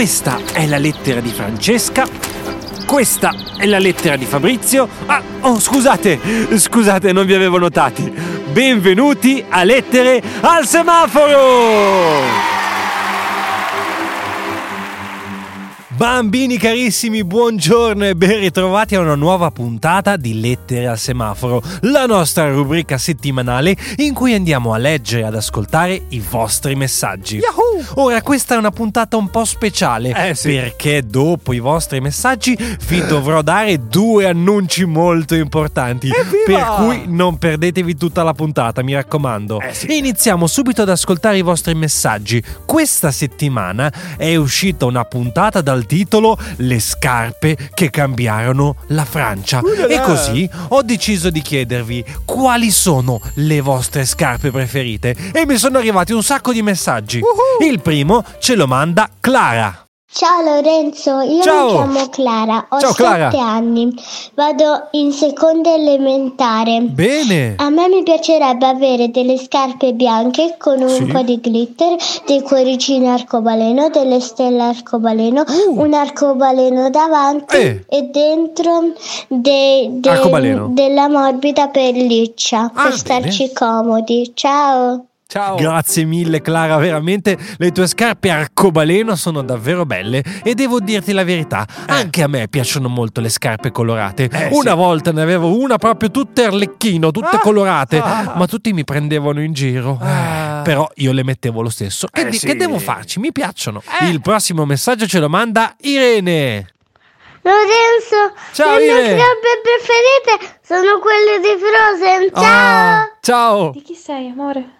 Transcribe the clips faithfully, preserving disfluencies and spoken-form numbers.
Questa è la lettera di Francesca. Questa è la lettera di Fabrizio. Ah, oh, scusate, scusate, non vi avevo notati. Benvenuti a Lettere al Semaforo! Bambini carissimi, buongiorno e ben ritrovati a una nuova puntata di Lettere al Semaforo, la nostra rubrica settimanale in cui andiamo a leggere e ad ascoltare i vostri messaggi. Yahoo! Ora, questa è una puntata un po' speciale, eh sì. perché dopo i vostri messaggi vi dovrò dare due annunci molto importanti, Evviva! Per cui non perdetevi tutta la puntata, mi raccomando. Eh sì. Iniziamo subito ad ascoltare i vostri messaggi. Questa settimana è uscita una puntata dal titolo Le scarpe che cambiarono la Francia. Uh-là. E così ho deciso di chiedervi quali sono le vostre scarpe preferite e mi sono arrivati un sacco di messaggi. Uh-huh. Il primo ce lo manda Clara. Ciao Lorenzo, io Ciao. mi chiamo Clara, ho Ciao, Clara. sette anni, vado in seconda elementare. Bene. A me mi piacerebbe avere delle scarpe bianche con un Sì. po' di glitter, dei cuoricini arcobaleno, delle stelle arcobaleno, Uh. un arcobaleno davanti Eh. e dentro de- de- Arcobaleno. della morbida pelliccia Ah, per starci bene. comodi. Ciao! Ciao. Grazie mille Clara, veramente le tue scarpe arcobaleno sono davvero belle e devo dirti la verità, eh. anche a me piacciono molto le scarpe colorate. Eh, una sì. volta ne avevo una proprio tutte arlecchino, tutte ah. colorate, ah. ma tutti mi prendevano in giro. Ah. Però io le mettevo lo stesso. Che, eh, di- sì. che devo farci? Mi piacciono. Eh. Il prossimo messaggio ce lo manda Irene. Lorenzo, ciao, le Irene. mie scarpe preferite sono quelle di Frozen. Ciao! Ah, ciao! Di chi sei, amore?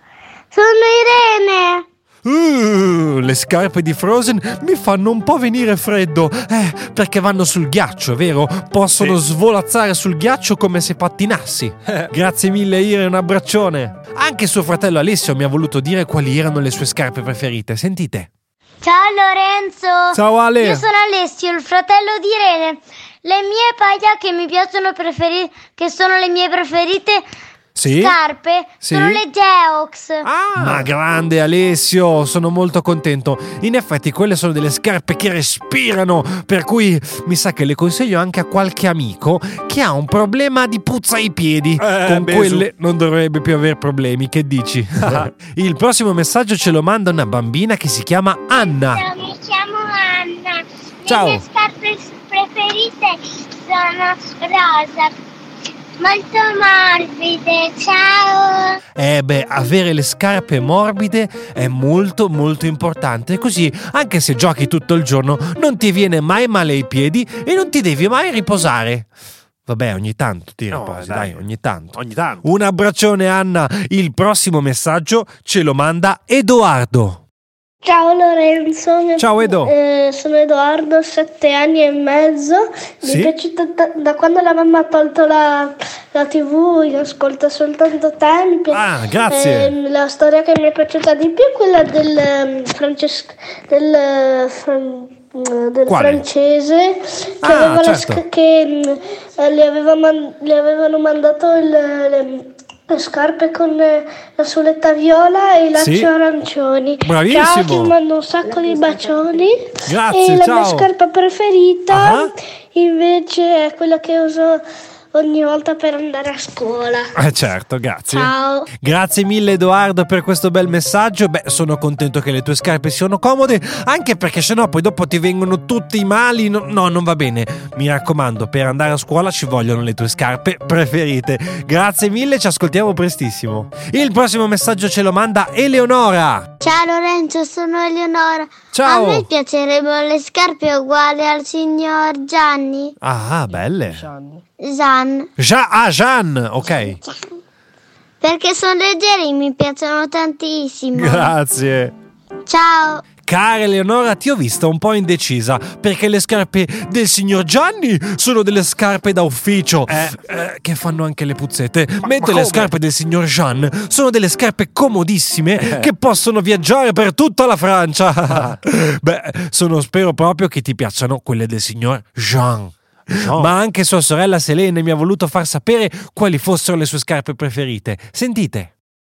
Sono Irene. Uh, le scarpe di Frozen mi fanno un po' venire freddo, eh, perché vanno sul ghiaccio, vero? Possono sì. svolazzare sul ghiaccio come se pattinassi. Grazie mille Irene, un abbraccione. Anche suo fratello Alessio mi ha voluto dire quali erano le sue scarpe preferite. Sentite. Ciao Lorenzo. Ciao Ale. Io sono Alessio, il fratello di Irene. Le mie paia che mi piacciono preferite, che sono le mie preferite Sì? scarpe, sì? sono le Geox. Ah. Ma grande Alessio, sono molto contento. In effetti quelle sono delle scarpe che respirano, per cui mi sa che le consiglio anche a qualche amico che ha un problema di puzza ai piedi. Eh, Con beh, quelle su. non dovrebbe più aver problemi, che dici? Il prossimo messaggio ce lo manda una bambina che si chiama Anna. Ciao, mi chiamo Anna. Ciao. Le mie scarpe preferite sono rosa, molto morbide. Ciao. Eh beh, avere le scarpe morbide è molto molto importante, così anche se giochi tutto il giorno non ti viene mai male ai piedi e non ti devi mai riposare. Vabbè, ogni tanto ti riposi, no, dai, dai, ogni tanto. Ogni tanto. Un abbraccione Anna, il prossimo messaggio ce lo manda Edoardo. Ciao Lorenzo, ciao Edo. Eh, sono Edoardo, sette anni e mezzo. Sì? Mi piace da, da quando la mamma ha tolto la, la tivù, io ascolto soltanto te. Mi piace, ah, grazie. Eh, la storia che mi è piaciuta di più è quella del um, Francesco del, uh, del francese che, ah, aveva certo. la, che uh, le, aveva man, le avevano mandato il, le, le scarpe con la suletta viola e i lacci sì? arancioni. Bravissimo. Ciao, ti mando un sacco di bacioni. Grazie, e la ciao. mia scarpa preferita uh-huh. invece è quella che uso ogni volta per andare a scuola. Eh certo, grazie. Ciao. Grazie mille Edoardo per questo bel messaggio. Beh, sono contento che le tue scarpe siano comode, anche perché sennò poi dopo ti vengono tutti i mali. No, no, non va bene. Mi raccomando, per andare a scuola ci vogliono le tue scarpe preferite. Grazie mille, ci ascoltiamo prestissimo. Il prossimo messaggio ce lo manda Eleonora. Ciao Lorenzo, sono Eleonora. Ciao. A me piacerebbero le scarpe uguali al signor Gianni. Ah, belle. Gian. Gia- ah, Gian, ok. Perché sono leggeri e mi piacciono tantissimo. Grazie. Ciao. Cara Eleonora, ti ho vista un po' indecisa, perché le scarpe del signor Gianni sono delle scarpe da ufficio eh, eh, che fanno anche le puzzette, ma, mentre ma le scarpe del signor Jean sono delle scarpe comodissime eh. che possono viaggiare per tutta la Francia. Beh, sono spero proprio che ti piacciono quelle del signor Jean. No. Ma anche sua sorella Selene mi ha voluto far sapere quali fossero le sue scarpe preferite. Sentite.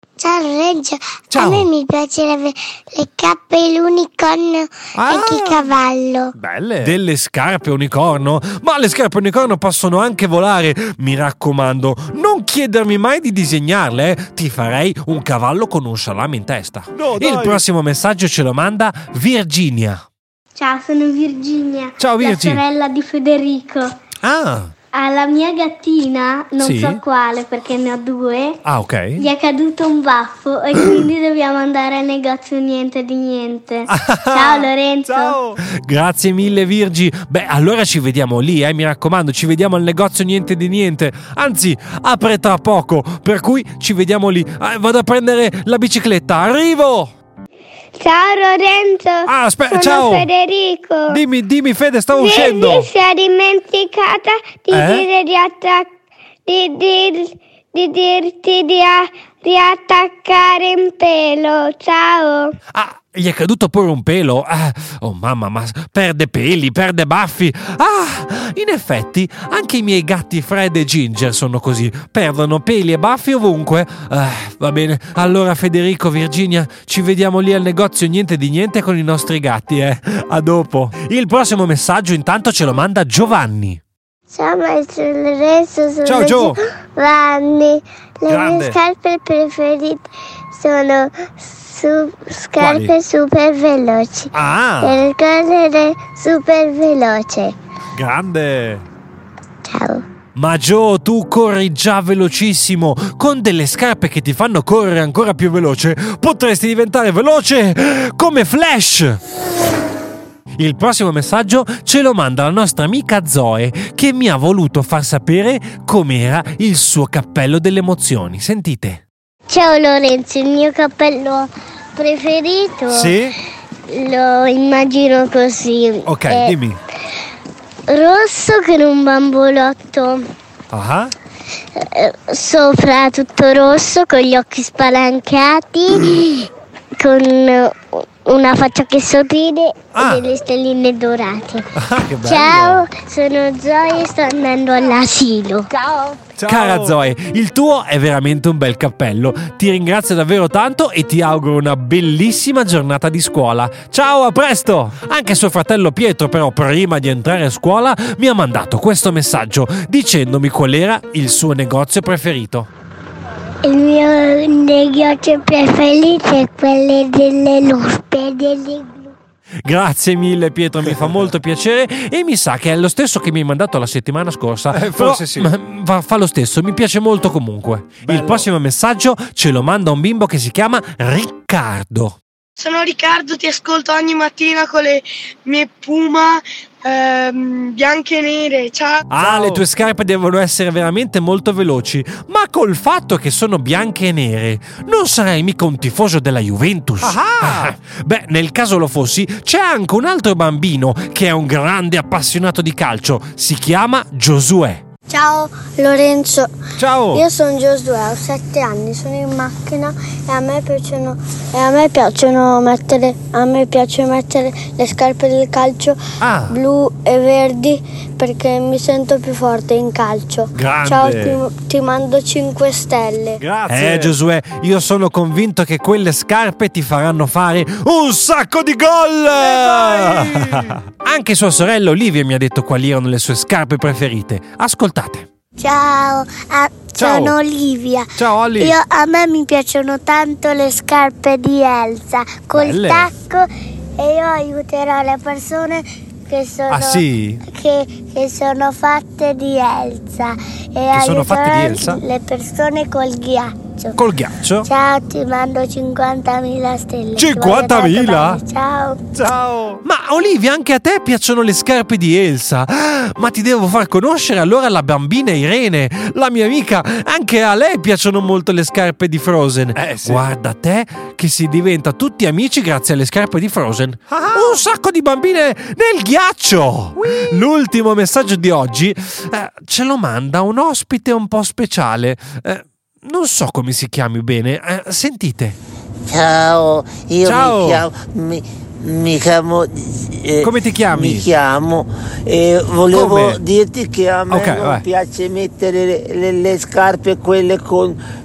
Ciao Lorenzo, Ciao. a me mi piacerebbe le cappe l'unicorno Ah. e il cavallo. Belle. Delle scarpe unicorno? Ma le scarpe unicorno possono anche volare. Mi raccomando, non chiedermi mai di disegnarle, eh. Ti farei un cavallo con un salame in testa. No, Il dai. prossimo messaggio ce lo manda Virginia. Ciao, sono Virginia. Ciao, Virgi. La sorella di Federico. Ah, Alla mia gattina, non Sì. so quale perché ne ho due, ah ok. gli è caduto un baffo e quindi dobbiamo andare al negozio niente di niente. Ciao Lorenzo. Grazie mille Virgi. Beh, allora ci vediamo lì, eh, mi raccomando, ci vediamo al negozio niente di niente. Anzi, apre tra poco, per cui ci vediamo lì. Eh, vado a prendere la bicicletta, arrivo! Ciao Lorenzo, Ah, aspetta, sono ciao. Federico. Dimmi, dimmi Fede, stavo Vedi, uscendo. si è dimenticata di Eh? dire di, attac- di, dir- di dirti di a- riattaccare in pelo. Ciao. Ah, gli è caduto pure un pelo. Ah, oh mamma, ma perde peli, perde baffi. Ah, in effetti, anche i miei gatti Fred e Ginger sono così. Perdono peli e baffi ovunque. Ah, va bene. Allora Federico, Virginia, ci vediamo lì al negozio niente di niente con i nostri gatti, eh. A dopo. Il prossimo messaggio intanto ce lo manda Giovanni. Ciao maestro Lorenzo, sono Ciao, Gio. Giovanni. Le Grande. mie scarpe preferite sono su- scarpe Quali? super veloci. Ah, E il correre super veloce. grande. Ciao. Ma Gio, tu corri già velocissimo. Con delle scarpe che ti fanno correre ancora più veloce, potresti diventare veloce come Flash. Il prossimo messaggio ce lo manda la nostra amica Zoe, che mi ha voluto far sapere com'era il suo cappello delle emozioni. Sentite. Ciao Lorenzo, il mio cappello preferito Sì? lo immagino così. Ok, È dimmi. rosso con un bambolotto Ah, eh, sopra, tutto rosso, con gli occhi spalancati, con eh, una faccia che sorride Ah. e delle stelline dorate. ah, che bello. Ciao, sono Zoe e sto andando all'asilo. Ciao. Cara Zoe, il tuo è veramente un bel cappello. Ti ringrazio davvero tanto e ti auguro una bellissima giornata di scuola. Ciao, a presto! Anche suo fratello Pietro, però, prima di entrare a scuola, mi ha mandato questo messaggio dicendomi qual era il suo negozio preferito. Il mio negozio preferito è quello delle lupe e delle glu. Grazie mille Pietro, mi fa molto piacere e mi sa che è lo stesso che mi hai mandato la settimana scorsa. Eh, forse sì. ma, fa, fa lo stesso, mi piace molto comunque. Bello. Il prossimo messaggio ce lo manda un bimbo che si chiama Riccardo. Sono Riccardo, ti ascolto ogni mattina con le mie Puma ehm, bianche e nere. Ciao. Ah, Ciao. le tue scarpe devono essere veramente molto veloci, ma col fatto che sono bianche e nere, non sarai mica un tifoso della Juventus? Ah! Beh, nel caso lo fossi, c'è anche un altro bambino che è un grande appassionato di calcio, si chiama Giosuè. Ciao Lorenzo, Ciao! io sono Giosuè, ho sette anni, sono in macchina e a me piacciono e a me piacciono mettere a me piace mettere le scarpe del calcio Ah. blu e verdi perché mi sento più forte in calcio. Grande. Ciao, ti, ti mando cinque stelle. Grazie. Eh Giosuè, io sono convinto che quelle scarpe ti faranno fare un sacco di gol! Anche sua sorella Olivia mi ha detto quali erano le sue scarpe preferite. Ascoltate. Ciao, ah, Ciao. sono Olivia. Ciao Olli. Io, a me mi piacciono tanto le scarpe di Elsa col Belle. tacco e io aiuterò le persone che sono, Ah, sì? che, che sono fatte di Elsa e Che sono fatte di aiuterò Elsa? le persone col ghiaccio. Col ghiaccio? Ciao, ti mando cinquantamila stelle. cinquantamila? Ti voglio tanto bene. Ciao. Ciao. Ma Olivia, anche a te piacciono le scarpe di Elsa? Ah, ma ti devo far conoscere allora la bambina Irene, la mia amica. Anche a lei piacciono molto le scarpe di Frozen. Eh, sì. Guarda te che si diventa tutti amici grazie alle scarpe di Frozen. Un sacco di bambine nel ghiaccio. L'ultimo messaggio di oggi eh, ce lo manda un ospite un po' speciale. Eh, non so come si chiami bene. Eh, sentite. Ciao, io Ciao. mi chiamo, mi, mi chiamo eh, Come ti chiami? Mi chiamo e volevo Come? dirti che a me Ok, non vai. piace mettere le, le- le scarpe quelle con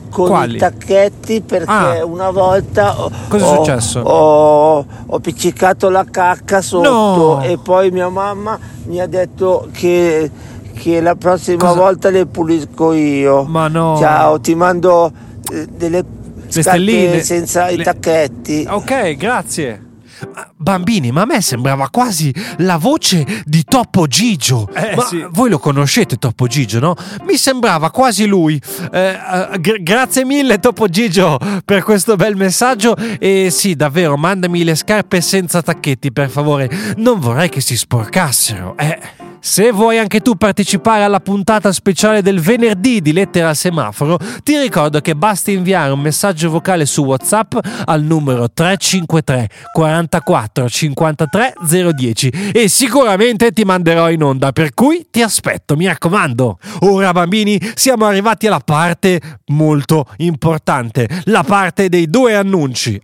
con Quali? i tacchetti perché Ah. una volta ho, Cosa è ho- successo? Ho, ho piccicato la cacca sotto No. e poi mia mamma mi ha detto che, che la prossima Cosa? volta le pulisco io. Ma no. Ciao, ti mando eh, delle Le scarpe stelline senza Le- i tacchetti. Ok, grazie. Ma, bambini, ma a me sembrava quasi la voce di Toppo Gigio. Eh, ma sì. voi lo conoscete Toppo Gigio, no? Mi sembrava quasi lui. Eh, eh, g- grazie mille Toppo Gigio per questo bel messaggio. E sì, davvero, mandami le scarpe senza tacchetti, per favore. Non vorrei che si sporcassero. Eh. Se vuoi anche tu partecipare alla puntata speciale del venerdì di Lettera al Semaforo, ti ricordo che basta inviare un messaggio vocale su WhatsApp al numero tre cinque tre quarantaquattro cinquantatré zero dieci e sicuramente ti manderò in onda, per cui ti aspetto, mi raccomando. Ora bambini, siamo arrivati alla parte molto importante, la parte dei due annunci.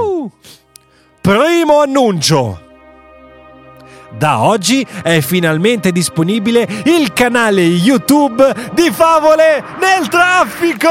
Primo annuncio. Da oggi è finalmente disponibile il canale YouTube di Favole nel Traffico!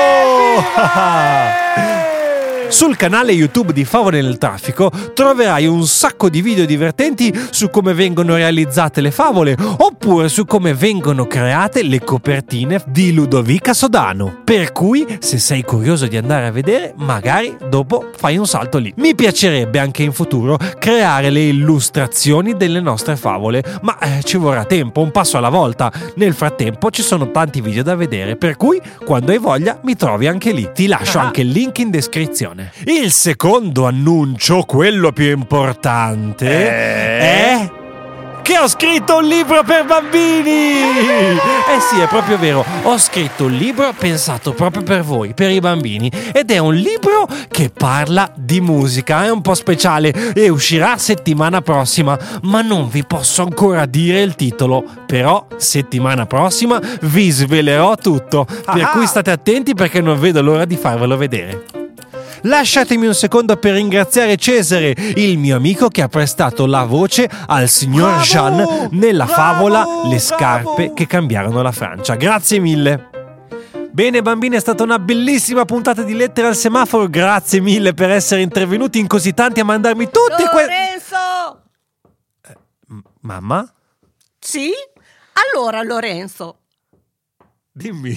Sul canale YouTube di Favole nel Traffico troverai un sacco di video divertenti su come vengono realizzate le favole oppure su come vengono create le copertine di Ludovica Sodano. Per cui, se sei curioso di andare a vedere, magari dopo fai un salto lì. Mi piacerebbe anche in futuro creare le illustrazioni delle nostre favole, ma eh, ci vorrà tempo, un passo alla volta. Nel frattempo ci sono tanti video da vedere, per cui quando hai voglia mi trovi anche lì. Ti lascio anche il link in descrizione. Il secondo annuncio, quello più importante, è che ho scritto un libro per bambini! Eh sì, è proprio vero, ho scritto un libro pensato proprio per voi, per i bambini, ed è un libro che parla di musica, è un po' speciale e uscirà settimana prossima, ma non vi posso ancora dire il titolo, però settimana prossima vi svelerò tutto, per cui state attenti perché non vedo l'ora di farvelo vedere. Lasciatemi un secondo per ringraziare Cesare, il mio amico che ha prestato la voce al signor Bravo! Jean nella Bravo! favola Le scarpe Bravo! che cambiarono la Francia. Grazie mille. Bene bambini, è stata una bellissima puntata di Lettera al Semaforo. Grazie mille per essere intervenuti in così tanti a mandarmi tutti que... Lorenzo! Mamma? Sì? Allora, Lorenzo. Dimmi.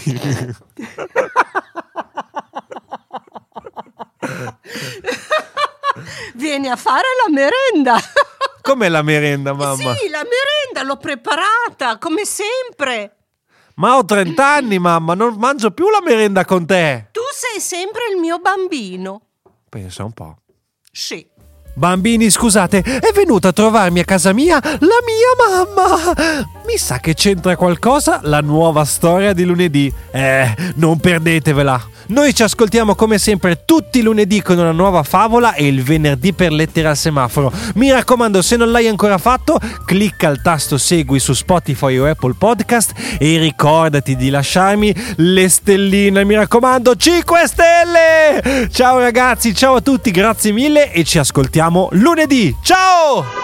Vieni a fare la merenda. Com'è la merenda, mamma? Sì, la merenda l'ho preparata, come sempre. Ma ho trenta anni, mamma, non mangio più la merenda con te. Tu sei sempre il mio bambino. Pensa un po'. Sì. Bambini, scusate, è venuta a trovarmi a casa mia la mia mamma. Mi sa che c'entra qualcosa la nuova storia di lunedì. Eh, non perdetevela. Noi ci ascoltiamo come sempre tutti i lunedì con una nuova favola e il venerdì per Lettera al Semaforo. Mi raccomando, se non l'hai ancora fatto, clicca il tasto segui su Spotify o Apple Podcast e ricordati di lasciarmi le stelline, mi raccomando, cinque stelle! Ciao ragazzi, ciao a tutti, grazie mille e ci ascoltiamo lunedì. Ciao!